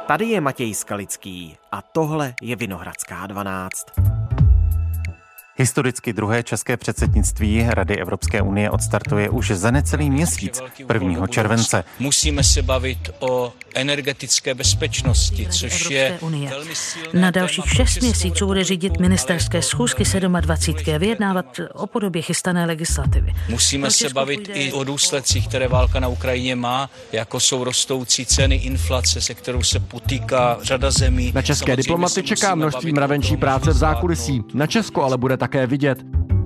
Tady je Matěj Skalický a tohle je Vinohradská 12. Historicky druhé české předsednictví Rady Evropské unie odstartuje už za necelý měsíc, 1. července. Musíme se bavit o energetické bezpečnosti, což je velmi silné. Na dalších 6 měsíců bude řídit ministerské schůzky 27. a vyjednávat o podobě chystané legislativy. Musíme se bavit i o důsledcích, které válka na Ukrajině má, jako jsou rostoucí ceny, inflace, se kterou se potýká řada zemí. Na české diplomaty čeká množství mravenčí práce v zákulisí. Na Česko ale bude také vidět.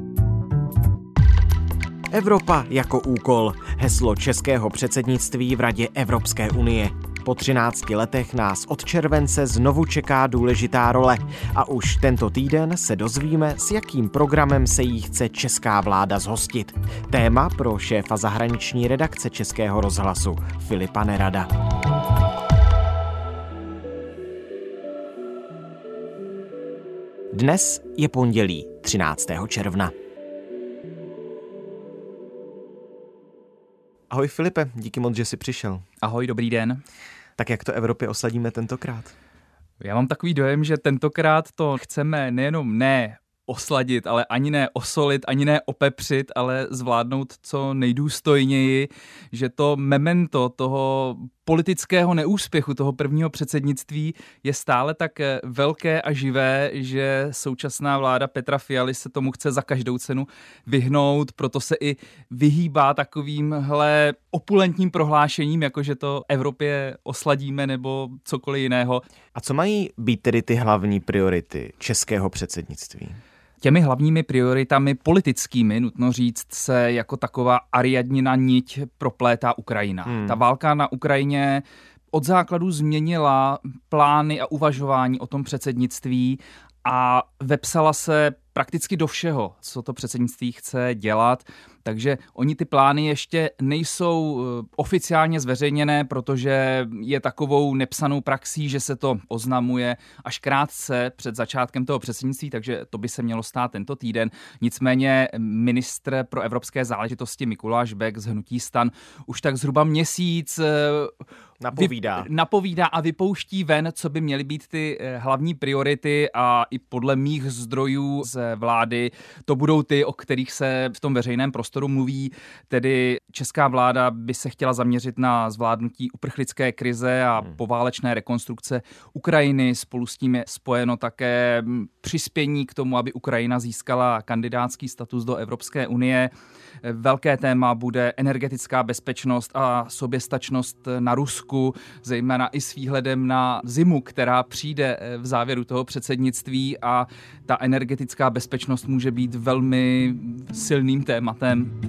Evropa jako úkol. Heslo českého předsednictví v Radě Evropské unie. Po 13 letech nás od července znovu čeká důležitá role. A už tento týden se dozvíme, s jakým programem se jí chce česká vláda zhostit. Téma pro šéfa zahraniční redakce Českého rozhlasu Filipa Nerada. Dnes je pondělí 13. června. Ahoj Filipe, díky moc, že jsi přišel. Ahoj, dobrý den. Tak jak to Evropě osladíme tentokrát? Já mám takový dojem, že tentokrát to chceme nejenom osladit, ale ani ne osolit, ani ne opepřit, ale zvládnout co nejdůstojněji, že to memento toho politického neúspěchu toho prvního předsednictví je stále tak velké a živé, že současná vláda Petra Fialy se tomu chce za každou cenu vyhnout, proto se i vyhýbá takovýmhle opulentním prohlášením, jako že to Evropě osladíme nebo cokoliv jiného. A co mají být tedy ty hlavní priority českého předsednictví? Těmi hlavními prioritami politickými, nutno říct, se jako taková Ariadnina niť proplétá Ukrajina. Ta válka na Ukrajině od základu změnila plány a uvažování o tom předsednictví a vepsala se prakticky do všeho, co to předsednictví chce dělat. Takže oni ty plány ještě nejsou oficiálně zveřejněné, protože je takovou nepsanou praxí, že se to oznamuje až krátce před začátkem toho předsednictví, takže to by se mělo stát tento týden. Nicméně ministr pro evropské záležitosti Mikuláš Bek z hnutí STAN už tak zhruba měsíc napovídá a vypouští ven, co by měly být ty hlavní priority, a i podle mých zdrojů z vlády to budou ty, o kterých se v tom veřejném prostoru mluví, tedy česká vláda by se chtěla zaměřit na zvládnutí uprchlické krize a poválečné rekonstrukce Ukrajiny. Spolu s tím je spojeno také přispění k tomu, aby Ukrajina získala kandidátský status do Evropské unie. Velké téma bude energetická bezpečnost a soběstačnost na Rusku, zejména i s výhledem na zimu, která přijde v závěru toho předsednictví, a ta energetická bezpečnost může být velmi silným tématem.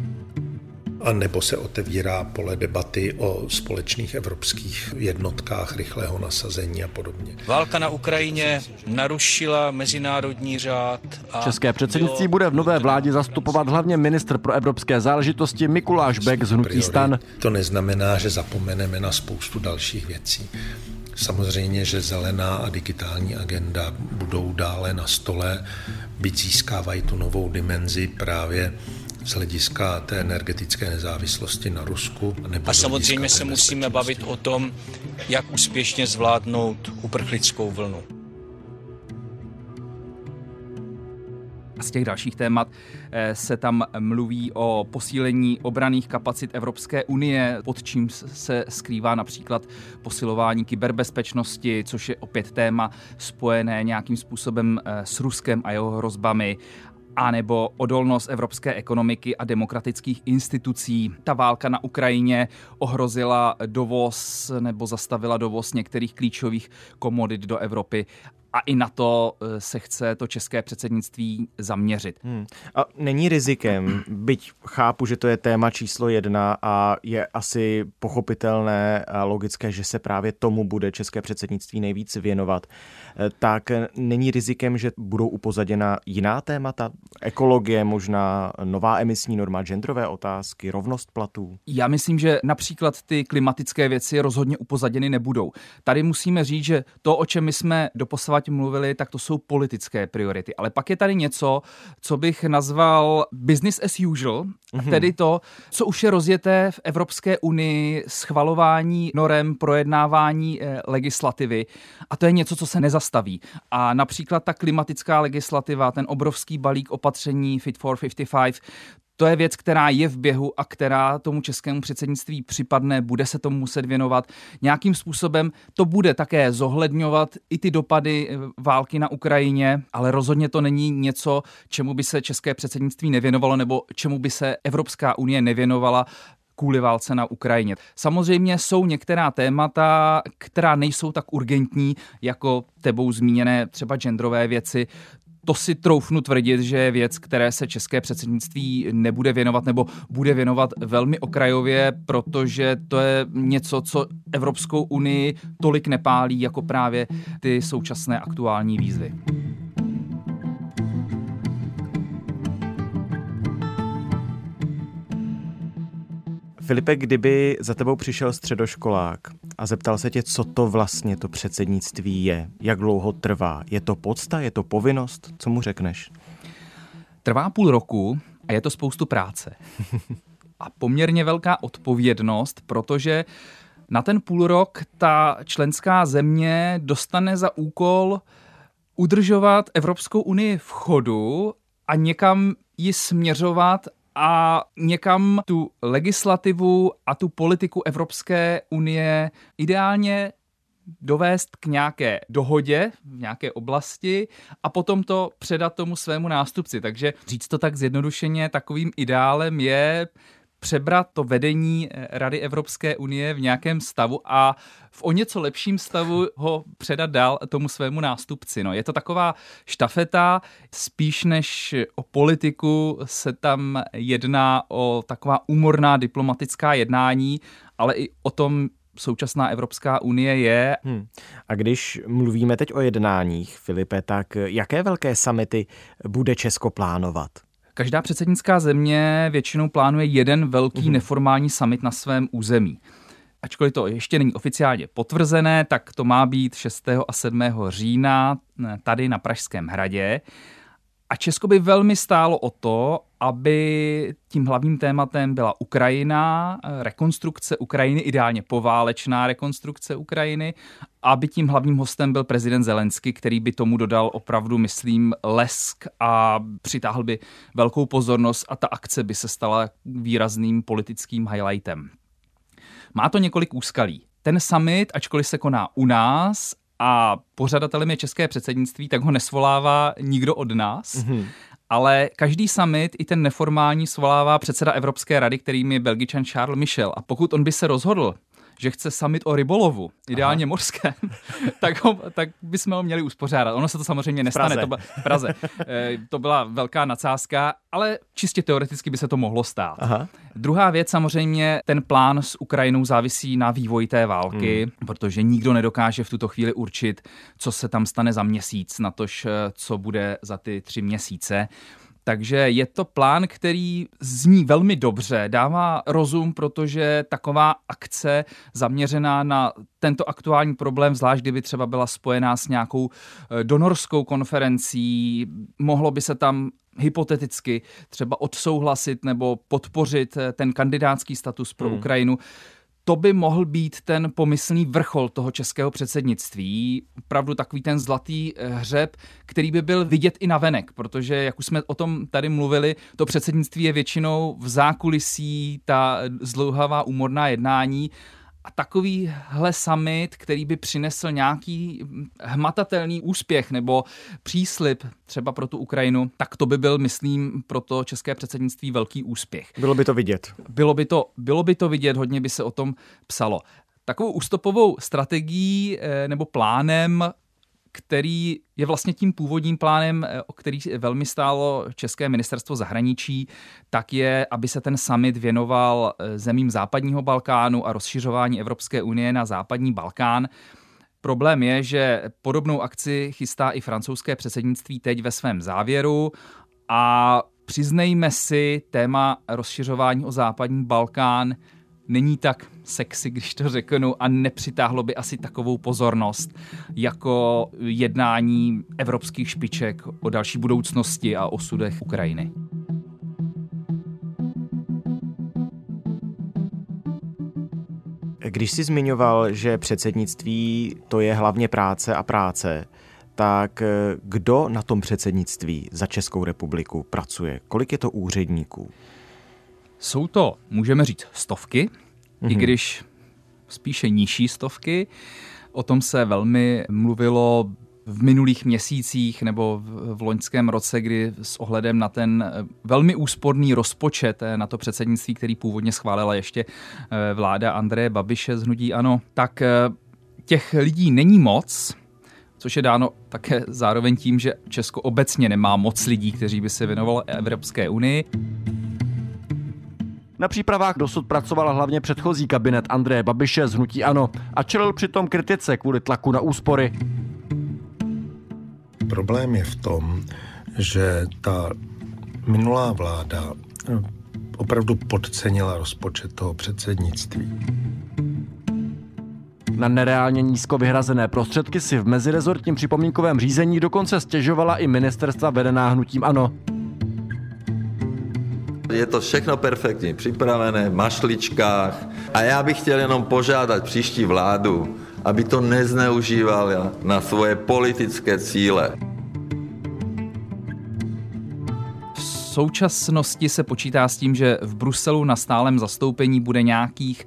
A nebo se otevírá pole debaty o společných evropských jednotkách rychlého nasazení a podobně. Válka na Ukrajině narušila mezinárodní řád. České předsednictví bude v nové vládě zastupovat hlavně ministr pro evropské záležitosti Mikuláš Bek z hnutí STAN. To neznamená, že zapomeneme na spoustu dalších věcí. Samozřejmě, že zelená a digitální agenda budou dále na stole, byť získávají tu novou dimenzi právě z hlediska té energetické nezávislosti na Rusku. A samozřejmě se musíme bavit o tom, jak úspěšně zvládnout uprchlickou vlnu. A z těch dalších témat se tam mluví o posílení obranných kapacit Evropské unie, pod čím se skrývá například posilování kyberbezpečnosti, což je opět téma spojené nějakým způsobem s Ruskem a jeho hrozbami, anebo odolnost evropské ekonomiky a demokratických institucí. Ta válka na Ukrajině ohrozila dovoz nebo zastavila dovoz některých klíčových komodit do Evropy. A i na to se chce to české předsednictví zaměřit. A není rizikem, byť chápu, že to je téma číslo 1 a je asi pochopitelné a logické, že se právě tomu bude české předsednictví nejvíc věnovat, tak není rizikem, že budou upozaděna jiná témata? Ekologie, možná nová emisní norma, genderové otázky, rovnost platů? Já myslím, že například ty klimatické věci rozhodně upozaděny nebudou. Tady musíme říct, že to, o čem my jsme doposavad teď mluvili, tak to jsou politické priority. Ale pak je tady něco, co bych nazval business as usual, tedy to, co už je rozjeté v Evropské unii, schvalování norem, projednávání legislativy. A to je něco, co se nezastaví. A například ta klimatická legislativa, ten obrovský balík opatření Fit for 55, to je věc, která je v běhu a která tomu českému předsednictví připadne, bude se tomu muset věnovat. Nějakým způsobem to bude také zohledňovat i ty dopady války na Ukrajině, ale rozhodně to není něco, čemu by se české předsednictví nevěnovalo nebo čemu by se Evropská unie nevěnovala kvůli válce na Ukrajině. Samozřejmě jsou některá témata, která nejsou tak urgentní, jako tebou zmíněné třeba genderové věci. To si troufnu tvrdit, že je věc, které se české předsednictví nebude věnovat nebo bude věnovat velmi okrajově, protože to je něco, co Evropskou unii tolik nepálí, jako právě ty současné aktuální výzvy. Filipe, kdyby za tebou přišel středoškolák a zeptal se tě, co to vlastně to předsednictví je, jak dlouho trvá, je to podsta, je to povinnost, co mu řekneš? Trvá půl roku a je to spoustu práce. A poměrně velká odpovědnost, protože na ten půl rok ta členská země dostane za úkol udržovat Evropskou unii v chodu a někam ji směřovat a někam tu legislativu a tu politiku Evropské unie ideálně dovést k nějaké dohodě v nějaké oblasti a potom to předat tomu svému nástupci. Takže říct to tak zjednodušeně, takovým ideálem je přebrat to vedení Rady Evropské unie v nějakém stavu a v o něco lepším stavu ho předat dál tomu svému nástupci. No, je to taková štafeta, spíš než o politiku se tam jedná o taková úmorná diplomatická jednání, ale i o tom současná Evropská unie je. A když mluvíme teď o jednáních, Filipe, tak jaké velké summity bude Česko plánovat? Každá předsednická země většinou plánuje jeden velký neformální summit na svém území. Ačkoliv to ještě není oficiálně potvrzené, tak to má být 6. a 7. října tady na Pražském hradě. A Česko by velmi stálo o to, aby tím hlavním tématem byla Ukrajina, rekonstrukce Ukrajiny, ideálně poválečná rekonstrukce Ukrajiny, aby tím hlavním hostem byl prezident Zelenský, který by tomu dodal opravdu, myslím, lesk a přitáhl by velkou pozornost a ta akce by se stala výrazným politickým highlightem. Má to několik úskalí. Ten summit, ačkoliv se koná u nás a pořadatelem je české předsednictví, tak ho nesvolává nikdo od nás. Ale každý summit, i ten neformální, svolává předseda Evropské rady, kterým je Belgičan Charles Michel. A pokud on by se rozhodl, že chce summit o rybolovu, ideálně morském, tak bychom ho měli uspořádat. Ono se to samozřejmě nestane. V Praze. To byla velká nadsázka, ale čistě teoreticky by se to mohlo stát. Aha. Druhá věc, samozřejmě ten plán s Ukrajinou závisí na vývoji té války, protože nikdo nedokáže v tuto chvíli určit, co se tam stane za měsíc, natož co bude za ty 3 měsíce. Takže je to plán, který zní velmi dobře, dává rozum, protože taková akce zaměřená na tento aktuální problém, zvlášť kdyby třeba byla spojená s nějakou donorskou konferencí, mohlo by se tam hypoteticky třeba odsouhlasit nebo podpořit ten kandidátský status pro Ukrajinu. To by mohl být ten pomyslný vrchol toho českého předsednictví, opravdu takový ten zlatý hřeb, který by byl vidět i navenek, protože, jak už jsme o tom tady mluvili, to předsednictví je většinou v zákulisí, ta zdlouhavá úmorná jednání. A takovýhle summit, který by přinesl nějaký hmatatelný úspěch nebo příslib třeba pro tu Ukrajinu, tak to by byl, myslím, pro to české předsednictví velký úspěch. Bylo by to vidět. Bylo by to vidět, hodně by se o tom psalo. Takovou ústupovou strategií nebo plánem, který je vlastně tím původním plánem, o který velmi stálo České ministerstvo zahraničí, tak je, aby se ten summit věnoval zemím západního Balkánu a rozšiřování Evropské unie na západní Balkán. Problém je, že podobnou akci chystá i francouzské předsednictví teď ve svém závěru a přiznejme si, téma rozšiřování o západní Balkán není tak sexy, když to řeknu, a nepřitáhlo by asi takovou pozornost jako jednání evropských špiček o další budoucnosti a osudech Ukrajiny. Když jsi zmiňoval, že předsednictví to je hlavně práce a práce, tak kdo na tom předsednictví za Českou republiku pracuje? Kolik je to úředníků? Jsou to, můžeme říct, stovky, i když spíše nižší stovky. O tom se velmi mluvilo v minulých měsících nebo v loňském roce, kdy s ohledem na ten velmi úsporný rozpočet na to předsednictví, který původně schválila ještě vláda Andreje Babiše z hnutí ANO, tak těch lidí není moc, což je dáno také zároveň tím, že Česko obecně nemá moc lidí, kteří by se věnovali Evropské unii. Na přípravách dosud pracoval hlavně předchozí kabinet Andreje Babiše z hnutí ANO a čelil přitom kritice kvůli tlaku na úspory. Problém je v tom, že ta minulá vláda opravdu podcenila rozpočet toho předsednictví. Na nereálně nízko vyhrazené prostředky si v mezirezortním připomínkovém řízení dokonce stěžovala i ministerstva vedená hnutím ANO. Je to všechno perfektně připravené v mašličkách a já bych chtěl jenom požádat příští vládu, aby to nezneužívala na svoje politické cíle. V současnosti se počítá s tím, že v Bruselu na stálem zastoupení bude nějakých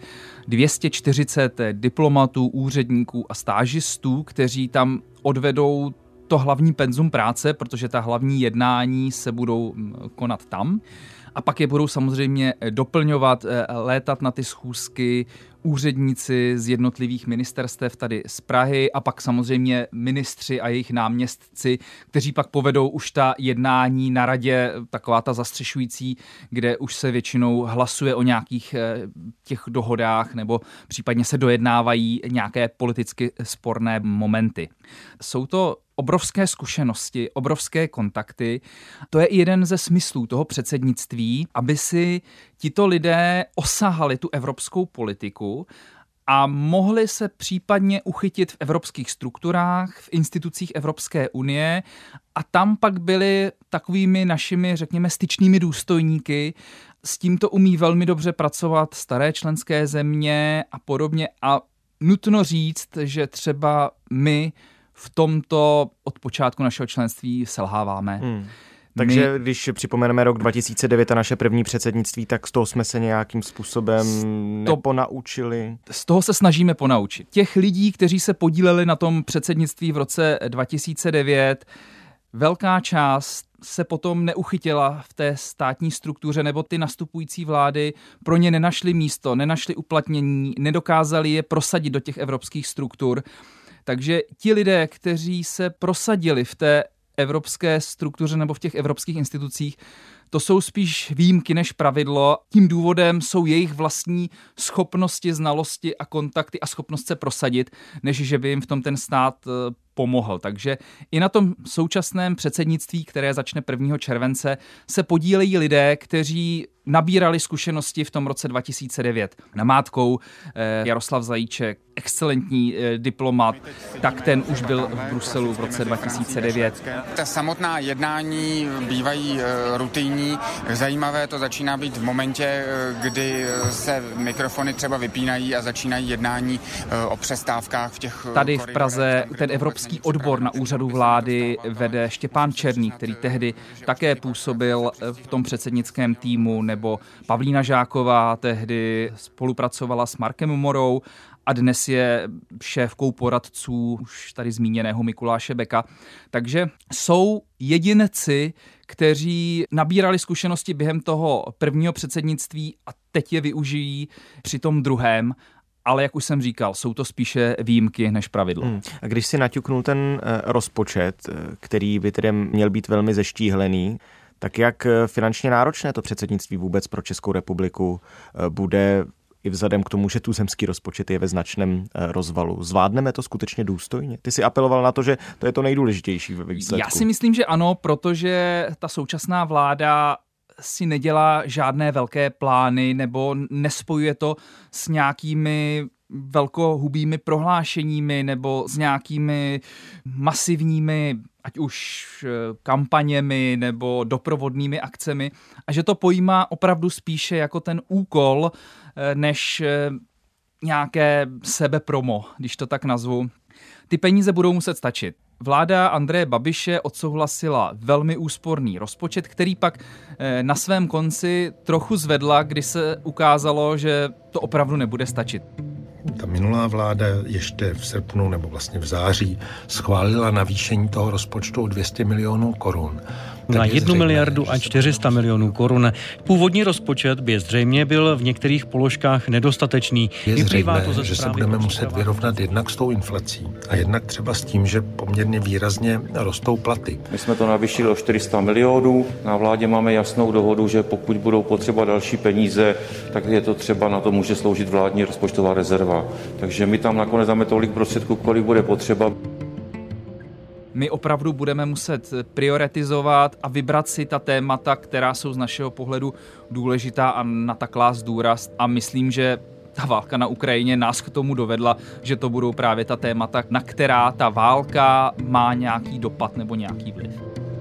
240 diplomatů, úředníků a stážistů, kteří tam odvedou to hlavní penzum práce, protože ta hlavní jednání se budou konat tam. A pak je budou samozřejmě doplňovat, létat na ty schůzky úředníci z jednotlivých ministerstev tady z Prahy a pak samozřejmě ministři a jejich náměstci, kteří pak povedou už ta jednání na radě, taková ta zastřešující, kde už se většinou hlasuje o nějakých těch dohodách nebo případně se dojednávají nějaké politicky sporné momenty. Jsou to obrovské zkušenosti, obrovské kontakty. To je i jeden ze smyslů toho předsednictví, aby si tito lidé osahali tu evropskou politiku a mohli se případně uchytit v evropských strukturách, v institucích Evropské unie a tam pak byli takovými našimi, řekněme, styčnými důstojníky. S tímto umí velmi dobře pracovat staré členské země a podobně a nutno říct, že třeba my v tomto od počátku našeho členství selháváme. Takže když připomeneme rok 2009 a naše první předsednictví, tak z toho jsme se nějakým způsobem neponaučili? Z toho se snažíme ponaučit. Těch lidí, kteří se podíleli na tom předsednictví v roce 2009, velká část se potom neuchytila v té státní struktuře, nebo ty nastupující vlády pro ně nenašly místo, nenašly uplatnění, nedokázali je prosadit do těch evropských struktur. Takže ti lidé, kteří se prosadili v té evropské struktuře nebo v těch evropských institucích, to jsou spíš výjimky než pravidlo. Tím důvodem jsou jejich vlastní schopnosti, znalosti a kontakty a schopnost se prosadit, než že by jim v tom ten stát pomohl. Takže i na tom současném předsednictví, které začne 1. července, se podílejí lidé, kteří nabírali zkušenosti v tom roce 2009. Namátkou Jaroslav Zajíček, excelentní diplomat, tak ten už byl v Bruselu v roce 2009. Ta samotná jednání bývají rutinní. Zajímavé to začíná být v momentě, kdy se mikrofony třeba vypínají a začínají jednání o přestávkách v těch... Tady v Praze ten evropský odbor na úřadu vlády vede Štěpán Černý, který tehdy také působil v tom předsednickém týmu, nebo Pavlína Žáková tehdy spolupracovala s Markem Morou a dnes je šéfkou poradců už tady zmíněného Mikuláše Beka. Takže jsou jedinci, kteří nabírali zkušenosti během toho prvního předsednictví a teď je využijí při tom druhém. Ale jak už jsem říkal, jsou to spíše výjimky než pravidlo. A když si naťuknul ten rozpočet, který by tedy měl být velmi zeštíhlený, tak jak finančně náročné to předsednictví vůbec pro Českou republiku bude i vzhledem k tomu, že tuzemský rozpočet je ve značném rozvalu? Zvládneme to skutečně důstojně? Ty jsi apeloval na to, že to je to nejdůležitější ve výsledku. Já si myslím, že ano, protože ta současná vláda si nedělá žádné velké plány nebo nespojuje to s nějakými velkohubými prohlášeními nebo s nějakými masivními, ať už kampaněmi nebo doprovodnými akcemi, a že to pojímá opravdu spíše jako ten úkol, než nějaké sebepromo, když to tak nazvu. Ty peníze budou muset stačit. Vláda Andreje Babiše odsouhlasila velmi úsporný rozpočet, který pak na svém konci trochu zvedla, kdy se ukázalo, že to opravdu nebude stačit. Ta minulá vláda ještě v srpnu nebo vlastně v září schválila navýšení toho rozpočtu o 200 milionů korun. Na 1 miliardu a 400 milionů korun. Původní rozpočet by zřejmě byl v některých položkách nedostatečný. Je zřejmé, že se budeme muset vyrovnat jednak s tou inflací a jednak třeba s tím, že poměrně výrazně rostou platy. My jsme to navýšili o 400 milionů. Na vládě máme jasnou dohodu, že pokud budou potřeba další peníze, tak je to třeba, na to může sloužit vládní rozpočtová rezerva. Takže my tam nakonec dáme tolik prostředků, kolik bude potřeba. My opravdu budeme muset prioritizovat a vybrat si ta témata, která jsou z našeho pohledu důležitá a na ta klást důraz. A myslím, že ta válka na Ukrajině nás k tomu dovedla, že to budou právě ta témata, na která ta válka má nějaký dopad nebo nějaký vliv.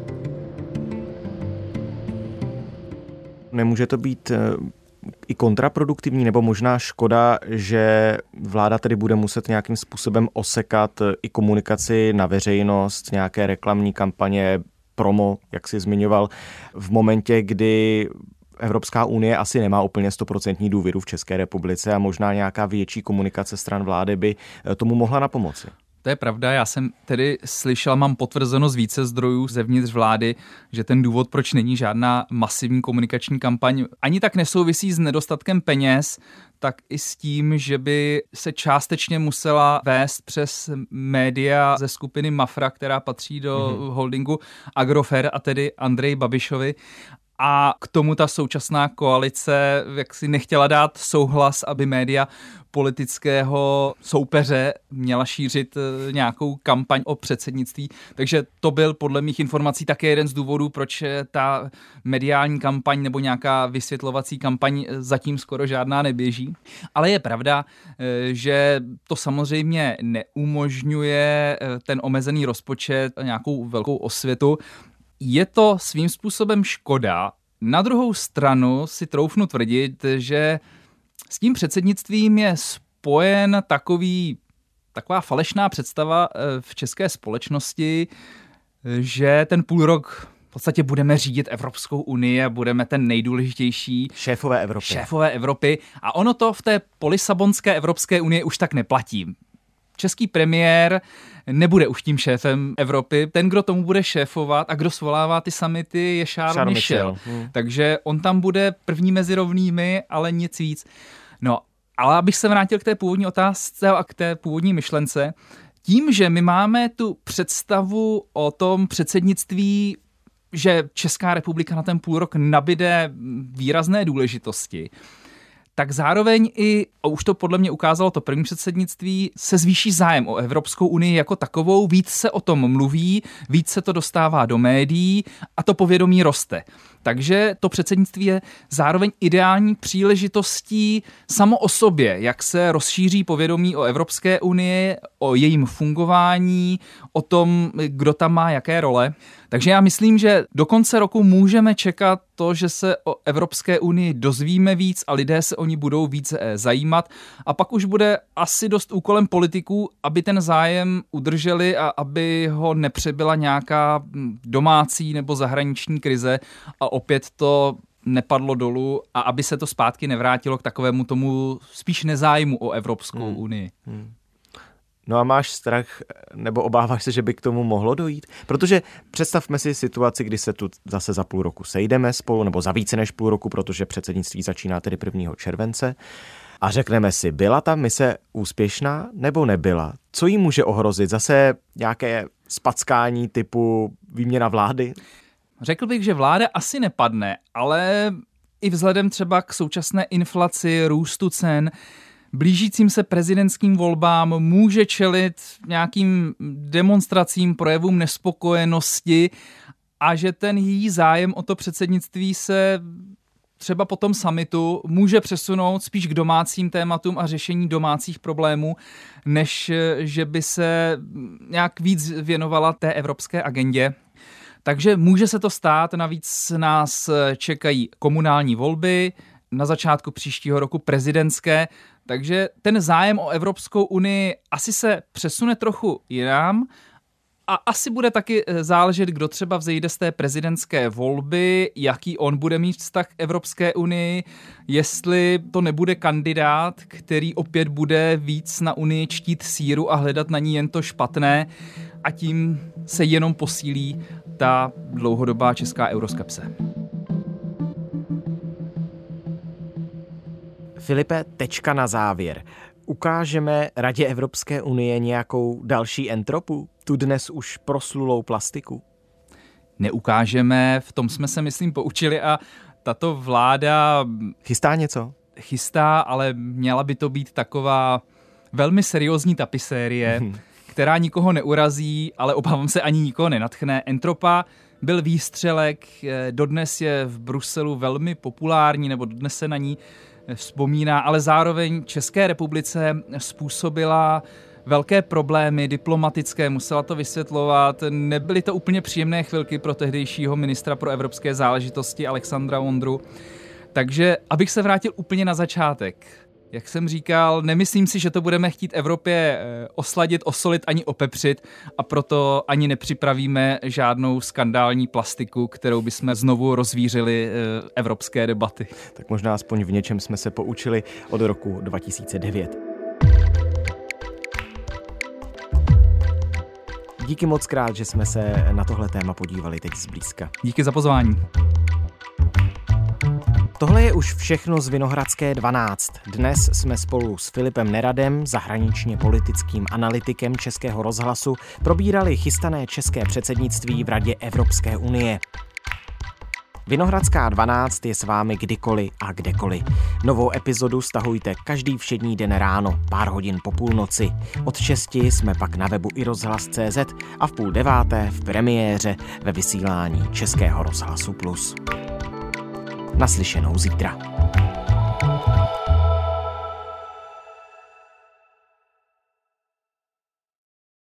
Nemůže to být i kontraproduktivní nebo možná škoda, že vláda tedy bude muset nějakým způsobem osekat i komunikaci na veřejnost, nějaké reklamní kampaně, promo, jak jsi zmiňoval, v momentě, kdy Evropská unie asi nemá úplně 100% důvěru v České republice a možná nějaká větší komunikace stran vlády by tomu mohla napomoci. To je pravda, já jsem tedy slyšel, mám potvrzeno z více zdrojů zevnitř vlády, že ten důvod, proč není žádná masivní komunikační kampaň, ani tak nesouvisí s nedostatkem peněz, tak i s tím, že by se částečně musela vést přes média ze skupiny Mafra, která patří do holdingu Agrofert, a tedy Andreji Babišovi. A k tomu ta současná koalice jaksi nechtěla dát souhlas, aby média politického soupeře měla šířit nějakou kampaň o předsednictví. Takže to byl podle mých informací také jeden z důvodů, proč ta mediální kampaň nebo nějaká vysvětlovací kampaň zatím skoro žádná neběží. Ale je pravda, že to samozřejmě neumožňuje ten omezený rozpočet nějakou velkou osvětu. Je to svým způsobem škoda. Na druhou stranu si troufnu tvrdit, že s tím předsednictvím je spojen taková falešná představa v české společnosti, že ten půlrok v podstatě budeme řídit Evropskou unii a budeme ten nejdůležitější šéfové Evropy. A ono to v té polisabonské Evropské unii už tak neplatí. Český premiér nebude už tím šéfem Evropy. Ten, kdo tomu bude šéfovat a kdo svolává ty summity, je Charles Michel. Takže on tam bude první mezi rovnými, ale nic víc. No, ale abych se vrátil k té původní otázce a k té původní myšlence, tím, že my máme tu představu o tom předsednictví, že Česká republika na ten půlrok nabyde výrazné důležitosti, tak zároveň i, a už to podle mě ukázalo to první předsednictví, se zvýší zájem o Evropskou unii jako takovou, víc se o tom mluví, víc se to dostává do médií a to povědomí roste. Takže to předsednictví je zároveň ideální příležitostí samo o sobě, jak se rozšíří povědomí o Evropské unii, o jejím fungování, o tom, kdo tam má jaké role. Takže já myslím, že do konce roku můžeme čekat to, že se o Evropské unii dozvíme víc a lidé se o ní budou víc zajímat. A pak už bude asi dost úkolem politiků, aby ten zájem udrželi a aby ho nepřebyla nějaká domácí nebo zahraniční krize a opět to nepadlo dolů a aby se to zpátky nevrátilo k takovému tomu spíš nezájmu o Evropskou unii. No a máš strach nebo obáváš se, že by k tomu mohlo dojít? Protože představme si situaci, kdy se tu zase za půl roku sejdeme spolu, nebo za více než půl roku, protože předsednictví začíná tedy 1. července. A řekneme si, byla ta mise úspěšná nebo nebyla? Co jí může ohrozit? Zase nějaké spackání typu výměna vlády? Řekl bych, že vláda asi nepadne, ale i vzhledem třeba k současné inflaci, růstu cen, blížícím se prezidentským volbám může čelit nějakým demonstracím, projevům nespokojenosti a že ten její zájem o to předsednictví se třeba po tom summitu může přesunout spíš k domácím tématům a řešení domácích problémů, než že by se nějak víc věnovala té evropské agendě. Takže může se to stát, navíc nás čekají komunální volby, na začátku příštího roku prezidentské, takže ten zájem o Evropskou unii asi se přesune trochu jinam a asi bude taky záležet, kdo třeba vzejde z té prezidentské volby, jaký on bude mít vztah k Evropské unii, jestli to nebude kandidát, který opět bude víc na unii čtít síru a hledat na ní jen to špatné a tím se jenom posílí ta dlouhodobá česká euroskepse. Filipe, tečka na závěr. Ukážeme Radě Evropské unie nějakou další entropu? Tu dnes už proslulou plastiku? Neukážeme, v tom jsme se, myslím, poučili a tato vláda... Chystá něco? Chystá, ale měla by to být taková velmi seriózní tapisérie, která nikoho neurazí, ale obávám se ani nikoho nenadchne. Entropa byl výstřelek, dodnes je v Bruselu velmi populární, nebo dodnes se na ní vzpomíná, ale zároveň České republice způsobila velké problémy diplomatické, musela to vysvětlovat. Nebyly to úplně příjemné chvilky pro tehdejšího ministra pro evropské záležitosti Alexandra Vondru. Takže, abych se vrátil úplně na začátek. Jak jsem říkal, nemyslím si, že to budeme chtít Evropě osladit, osolit ani opepřit a proto ani nepřipravíme žádnou skandální plastiku, kterou bychom znovu rozvířili evropské debaty. Tak možná aspoň v něčem jsme se poučili od roku 2009. Díky moc krát, že jsme se na tohle téma podívali teď zblízka. Díky za pozvání. Tohle je už všechno z Vinohradské 12. Dnes jsme spolu s Filipem Neradem, zahraničně politickým analytikem Českého rozhlasu, probírali chystané české předsednictví v Radě Evropské unie. Vinohradská 12 je s vámi kdykoliv a kdekoliv. Novou epizodu stahujte každý všední den ráno, pár hodin po půlnoci. Od 6 jsme pak na webu iRozhlas.cz a v 8:30 v premiéře ve vysílání Českého rozhlasu Plus. Naslyšenou zítra.